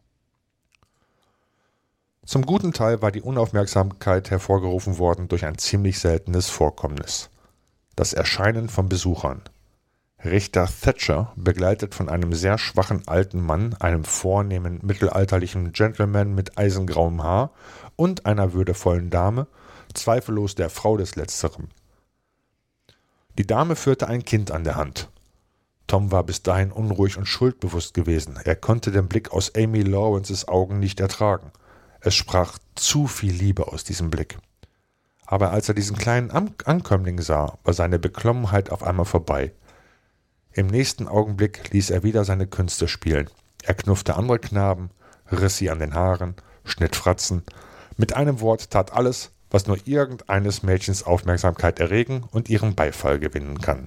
Zum guten Teil war die Unaufmerksamkeit hervorgerufen worden durch ein ziemlich seltenes Vorkommnis: das Erscheinen von Besuchern. Richter Thatcher, begleitet von einem sehr schwachen alten Mann, einem vornehmen mittelalterlichen Gentleman mit eisengrauem Haar und einer würdevollen Dame, zweifellos der Frau des Letzteren. Die Dame führte ein Kind an der Hand. Tom war bis dahin unruhig und schuldbewusst gewesen. Er konnte den Blick aus Amy Lawrences Augen nicht ertragen. Es sprach zu viel Liebe aus diesem Blick. Aber als er diesen kleinen Ankömmling sah, war seine Beklommenheit auf einmal vorbei. Im nächsten Augenblick ließ er wieder seine Künste spielen. Er knuffte andere Knaben, riss sie an den Haaren, schnitt Fratzen. Mit einem Wort tat alles, was nur irgendeines Mädchens Aufmerksamkeit erregen und ihren Beifall gewinnen kann.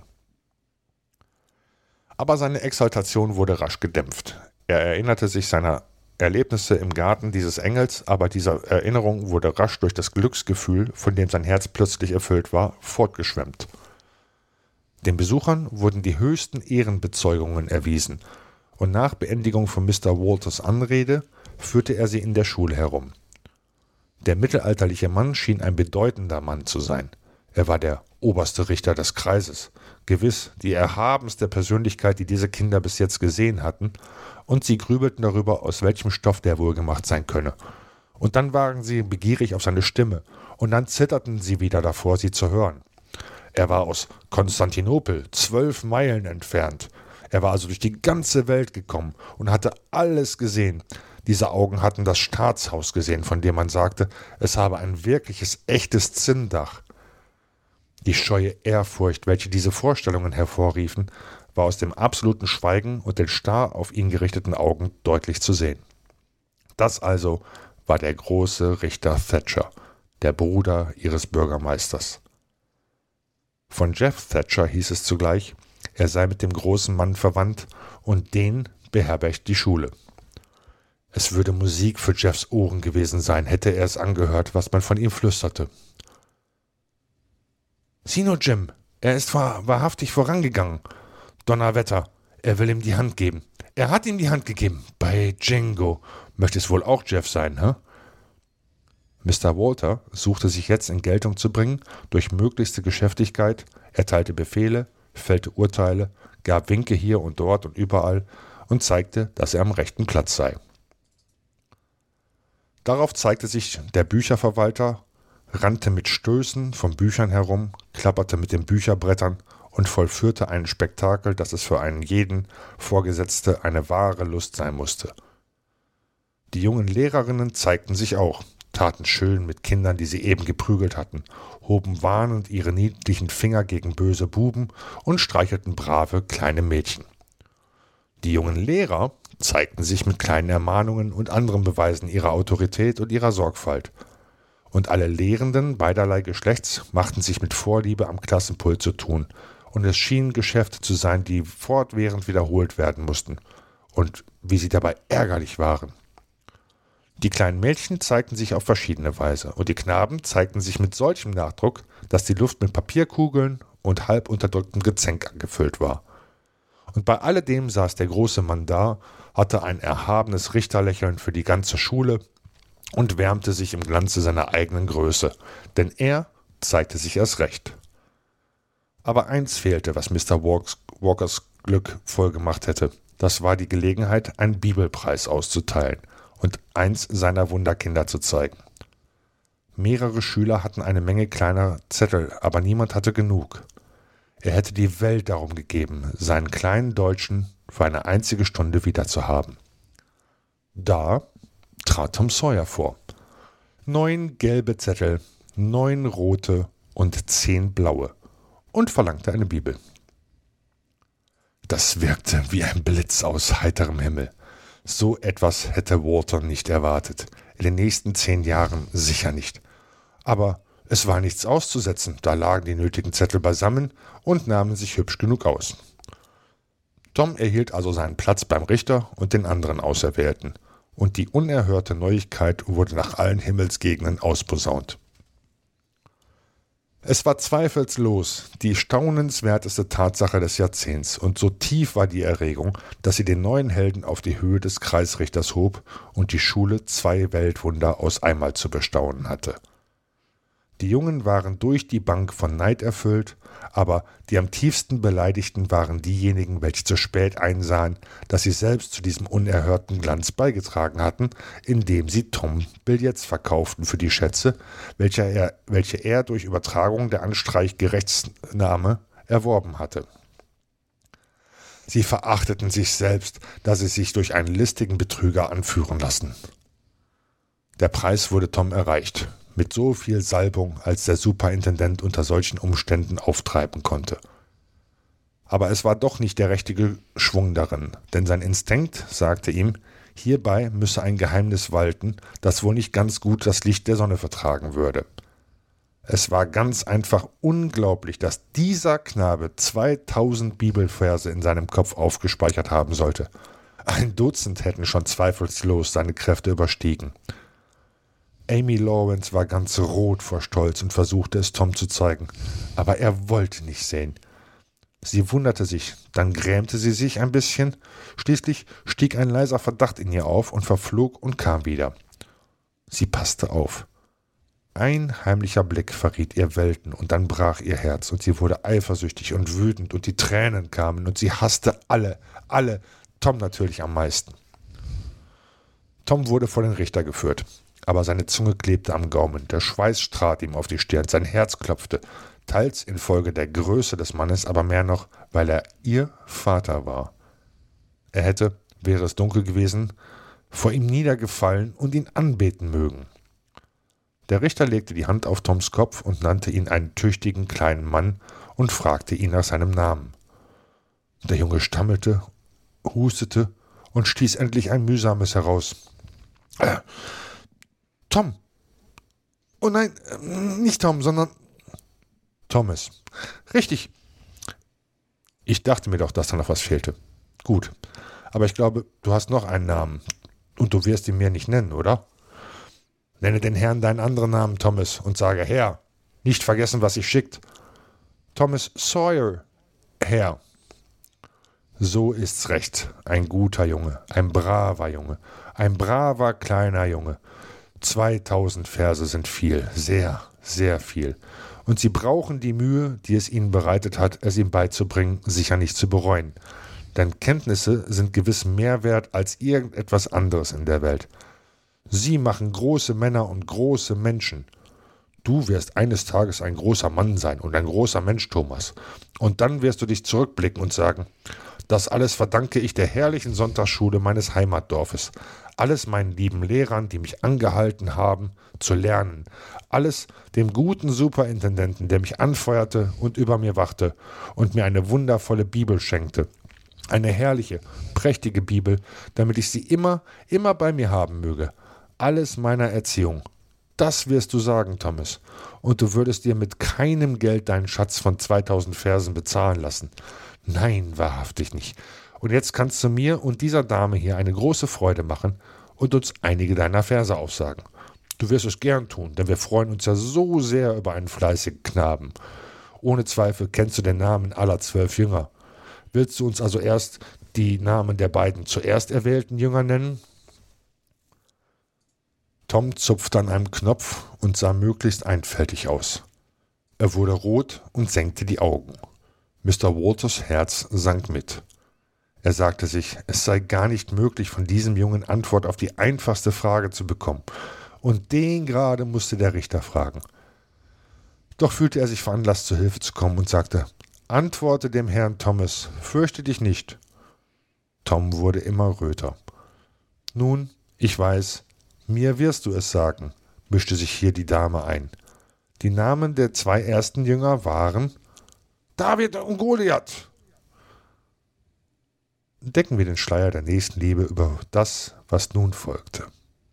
Aber seine Exaltation wurde rasch gedämpft. Er erinnerte sich seiner Erlebnisse im Garten dieses Engels, aber diese Erinnerung wurde rasch durch das Glücksgefühl, von dem sein Herz plötzlich erfüllt war, fortgeschwemmt. Den Besuchern wurden die höchsten Ehrenbezeugungen erwiesen, und nach Beendigung von Mr. Walters Anrede führte er sie in der Schule herum. Der mittelalterliche Mann schien ein bedeutender Mann zu sein. Er war der oberste Richter des Kreises, gewiss die erhabenste Persönlichkeit, die diese Kinder bis jetzt gesehen hatten, und sie grübelten darüber, aus welchem Stoff der wohl gemacht sein könne. Und dann waren sie begierig auf seine Stimme, und dann zitterten sie wieder davor, sie zu hören. Er war aus Konstantinopel, 12 Meilen entfernt. Er war also durch die ganze Welt gekommen und hatte alles gesehen. Diese Augen hatten das Staatshaus gesehen, von dem man sagte, es habe ein wirkliches, echtes Zinndach. Die scheue Ehrfurcht, welche diese Vorstellungen hervorriefen, war aus dem absoluten Schweigen und den starr auf ihn gerichteten Augen deutlich zu sehen. Das also war der große Richter Thatcher, der Bruder ihres Bürgermeisters. Von Jeff Thatcher hieß es zugleich, er sei mit dem großen Mann verwandt und den beherbergt die Schule. Es würde Musik für Jeffs Ohren gewesen sein, hätte er es angehört, was man von ihm flüsterte. Sieh nur, Jim, er ist wahrhaftig vorangegangen. Donnerwetter, er will ihm die Hand geben. Er hat ihm die Hand gegeben. Bei Jingo. Möchte es wohl auch Jeff sein, hä? Mr. Walter suchte sich jetzt in Geltung zu bringen durch möglichste Geschäftigkeit, erteilte Befehle, fällte Urteile, gab Winke hier und dort und überall und zeigte, dass er am rechten Platz sei. Darauf zeigte sich der Bücherverwalter, rannte mit Stößen von Büchern herum, klapperte mit den Bücherbrettern und vollführte ein Spektakel, das es für einen jeden Vorgesetzte eine wahre Lust sein musste. Die jungen Lehrerinnen zeigten sich auch, taten schön mit Kindern, die sie eben geprügelt hatten, hoben warnend ihre niedlichen Finger gegen böse Buben und streichelten brave kleine Mädchen. Die jungen Lehrer zeigten sich mit kleinen Ermahnungen und anderen Beweisen ihrer Autorität und ihrer Sorgfalt. Und alle Lehrenden beiderlei Geschlechts machten sich mit Vorliebe am Klassenpult zu tun, und es schienen Geschäfte zu sein, die fortwährend wiederholt werden mussten, und wie sie dabei ärgerlich waren. Die kleinen Mädchen zeigten sich auf verschiedene Weise, und die Knaben zeigten sich mit solchem Nachdruck, dass die Luft mit Papierkugeln und halb unterdrücktem Gezänk angefüllt war. Und bei alledem saß der große Mann da, hatte ein erhabenes Richterlächeln für die ganze Schule und wärmte sich im Glanze seiner eigenen Größe, denn er zeigte sich erst recht. Aber eins fehlte, was Mr. Walkers Glück vollgemacht hätte. Das war die Gelegenheit, einen Bibelpreis auszuteilen und eins seiner Wunderkinder zu zeigen. Mehrere Schüler hatten eine Menge kleiner Zettel, aber niemand hatte genug. Er hätte die Welt darum gegeben, seinen kleinen Deutschen für eine einzige Stunde wiederzuhaben. Da trat Tom Sawyer vor. 9 gelbe Zettel, 9 rote und 10 blaue und verlangte eine Bibel. Das wirkte wie ein Blitz aus heiterem Himmel. So etwas hätte Walter nicht erwartet. In den nächsten 10 Jahren sicher nicht. Aber es war nichts auszusetzen, da lagen die nötigen Zettel beisammen und nahmen sich hübsch genug aus. Tom erhielt also seinen Platz beim Richter und den anderen Auserwählten, und die unerhörte Neuigkeit wurde nach allen Himmelsgegenden ausposaunt. Es war zweifellos die staunenswerteste Tatsache des Jahrzehnts, und so tief war die Erregung, dass sie den neuen Helden auf die Höhe des Kreisrichters hob und die Schule 2 Weltwunder aus einmal zu bestaunen hatte. Die Jungen waren durch die Bank von Neid erfüllt, aber die am tiefsten Beleidigten waren diejenigen, welche zu spät einsahen, dass sie selbst zu diesem unerhörten Glanz beigetragen hatten, indem sie Tom Billets verkauften für die Schätze, welche er durch Übertragung der Anstreichgerechtsnahme erworben hatte. Sie verachteten sich selbst, da sie sich durch einen listigen Betrüger anführen lassen. Der Preis wurde Tom erreicht, mit so viel Salbung, als der Superintendent unter solchen Umständen auftreiben konnte. Aber es war doch nicht der richtige Schwung darin, denn sein Instinkt sagte ihm, hierbei müsse ein Geheimnis walten, das wohl nicht ganz gut das Licht der Sonne vertragen würde. Es war ganz einfach unglaublich, dass dieser Knabe 2000 Bibelverse in seinem Kopf aufgespeichert haben sollte. Ein Dutzend hätten schon zweifellos seine Kräfte überstiegen. Amy Lawrence war ganz rot vor Stolz und versuchte es Tom zu zeigen, aber er wollte nicht sehen. Sie wunderte sich, dann grämte sie sich ein bisschen, schließlich stieg ein leiser Verdacht in ihr auf und verflog und kam wieder. Sie passte auf. Ein heimlicher Blick verriet ihr Welten und dann brach ihr Herz und sie wurde eifersüchtig und wütend und die Tränen kamen und sie hasste alle, Tom natürlich am meisten. Tom wurde vor den Richter geführt. Aber seine Zunge klebte am Gaumen, der Schweiß trat ihm auf die Stirn, sein Herz klopfte, teils infolge der Größe des Mannes, aber mehr noch, weil er ihr Vater war. Er hätte, wäre es dunkel gewesen, vor ihm niedergefallen und ihn anbeten mögen. Der Richter legte die Hand auf Toms Kopf und nannte ihn einen tüchtigen kleinen Mann und fragte ihn nach seinem Namen. Der Junge stammelte, hustete und stieß endlich ein mühsames heraus. Tom. Oh nein, nicht Tom, sondern Thomas. Richtig. Ich dachte mir doch, dass da noch was fehlte. Gut, aber ich glaube, du hast noch einen Namen und du wirst ihn mir nicht nennen, oder? Nenne den Herrn deinen anderen Namen, Thomas, und sage Herr. Nicht vergessen, was sich schickt. Thomas Sawyer, Herr. So ist's recht. Ein guter Junge, ein braver kleiner Junge. 2000 Verse sind viel, sehr, sehr viel. Und sie brauchen die Mühe, die es ihnen bereitet hat, es ihm beizubringen, sicher nicht zu bereuen. Denn Kenntnisse sind gewiss mehr wert als irgendetwas anderes in der Welt. Sie machen große Männer und große Menschen. Du wirst eines Tages ein großer Mann sein und ein großer Mensch, Thomas. Und dann wirst du dich zurückblicken und sagen, das alles verdanke ich der herrlichen Sonntagsschule meines Heimatdorfes. Alles meinen lieben Lehrern, die mich angehalten haben, zu lernen. Alles dem guten Superintendenten, der mich anfeuerte und über mir wachte und mir eine wundervolle Bibel schenkte. Eine herrliche, prächtige Bibel, damit ich sie immer bei mir haben möge. Alles meiner Erziehung. Das wirst du sagen, Thomas. Und du würdest dir mit keinem Geld deinen Schatz von 2000 Versen bezahlen lassen. Nein, wahrhaftig nicht. Und jetzt kannst du mir und dieser Dame hier eine große Freude machen und uns einige deiner Verse aufsagen. Du wirst es gern tun, denn wir freuen uns ja so sehr über einen fleißigen Knaben. Ohne Zweifel kennst du den Namen aller 12 Jünger. Willst du uns also erst die Namen der beiden zuerst erwählten Jünger nennen? Tom zupfte an einem Knopf und sah möglichst einfältig aus. Er wurde rot und senkte die Augen. Mr. Walters Herz sank mit. Er sagte sich, es sei gar nicht möglich, von diesem Jungen Antwort auf die einfachste Frage zu bekommen. Und den gerade musste der Richter fragen. Doch fühlte er sich veranlasst, zur Hilfe zu kommen und sagte, »Antworte dem Herrn Thomas, fürchte dich nicht.« Tom wurde immer röter. »Nun, ich weiß, mir wirst du es sagen«, mischte sich hier die Dame ein. Die Namen der 2 ersten Jünger waren David und Goliath. Decken wir den Schleier der Nächstenliebe über das, was nun folgte.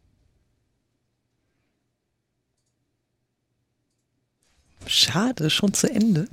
Schade, schon zu Ende.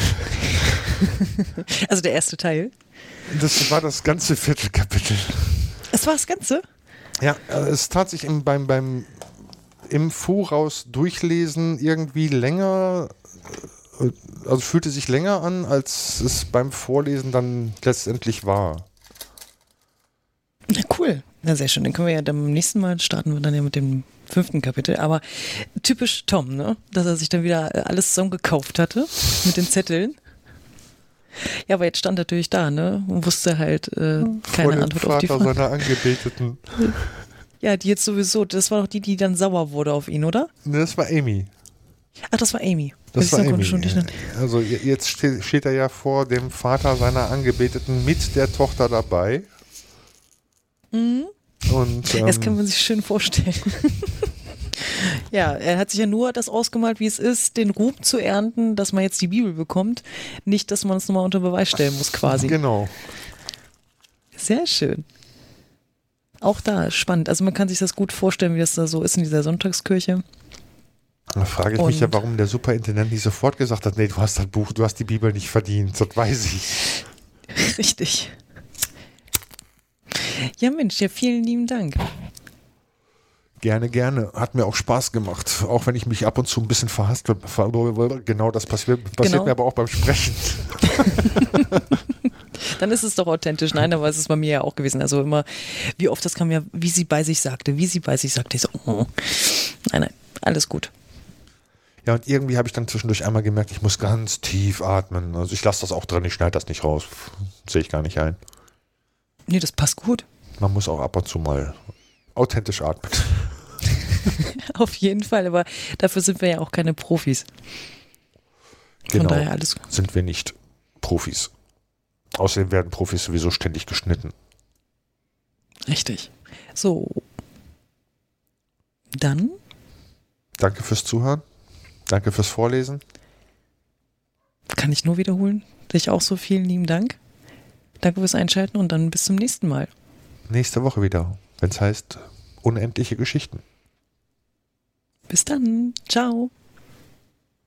Also der erste Teil. Das war das ganze 4. Kapitel. Es war das Ganze? Ja, es tat sich im Voraus durchlesen irgendwie länger, also fühlte sich länger an, als es beim Vorlesen dann letztendlich war. Ja, cool. Na, sehr schön. Dann können wir ja beim nächsten Mal starten wir dann ja mit dem 5. Kapitel. Aber typisch Tom, ne? Dass er sich dann wieder alles zusammengekauft hatte mit den Zetteln. Ja, aber jetzt stand er natürlich da, ne? Und wusste halt keine Antwort auf die Frage. Vater seiner Angebeteten. Ja, die jetzt sowieso, das war doch die dann sauer wurde auf ihn, oder? Ne, das war Amy. Ach, das war Amy. Das war Amy. Also jetzt steht er ja vor dem Vater seiner Angebeteten mit der Tochter dabei. Mhm. Und, das kann man sich schön vorstellen. Ja, er hat sich ja nur das ausgemalt, wie es ist, den Ruhm zu ernten, dass man jetzt die Bibel bekommt. Nicht, dass man es nochmal unter Beweis stellen muss, quasi. Genau. Sehr schön. Auch da spannend. Also man kann sich das gut vorstellen, wie das da so ist in dieser Sonntagskirche. Da frage ich mich ja, warum der Superintendent nicht sofort gesagt hat, nee, du hast das Buch, du hast die Bibel nicht verdient. Das weiß ich. Richtig. Ja Mensch, ja vielen lieben Dank. Gerne, gerne. Hat mir auch Spaß gemacht. Auch wenn ich mich ab und zu ein bisschen verhaspel. Genau das passiert mir aber auch beim Sprechen. Dann ist es doch authentisch. Nein, aber es ist bei mir ja auch gewesen. Also immer, wie oft das kam ja, wie sie bei sich sagte. Ich so, oh. Nein, alles gut. Ja, und irgendwie habe ich dann zwischendurch einmal gemerkt, ich muss ganz tief atmen. Also ich lasse das auch drin, ich schneide das nicht raus. Sehe ich gar nicht ein. Nee, das passt gut. Man muss auch ab und zu mal authentisch atmen. Auf jeden Fall, aber dafür sind wir ja auch keine Profis. Von daher alles gut. Sind wir nicht Profis. Außerdem werden Profis sowieso ständig geschnitten. Richtig. So. Dann Danke fürs Zuhören. Danke fürs Vorlesen. Kann ich nur wiederholen. Dich auch so, vielen lieben Dank. Danke fürs Einschalten und dann bis zum nächsten Mal. Nächste Woche wieder, wenn es heißt unendliche Geschichten. Bis dann. Ciao.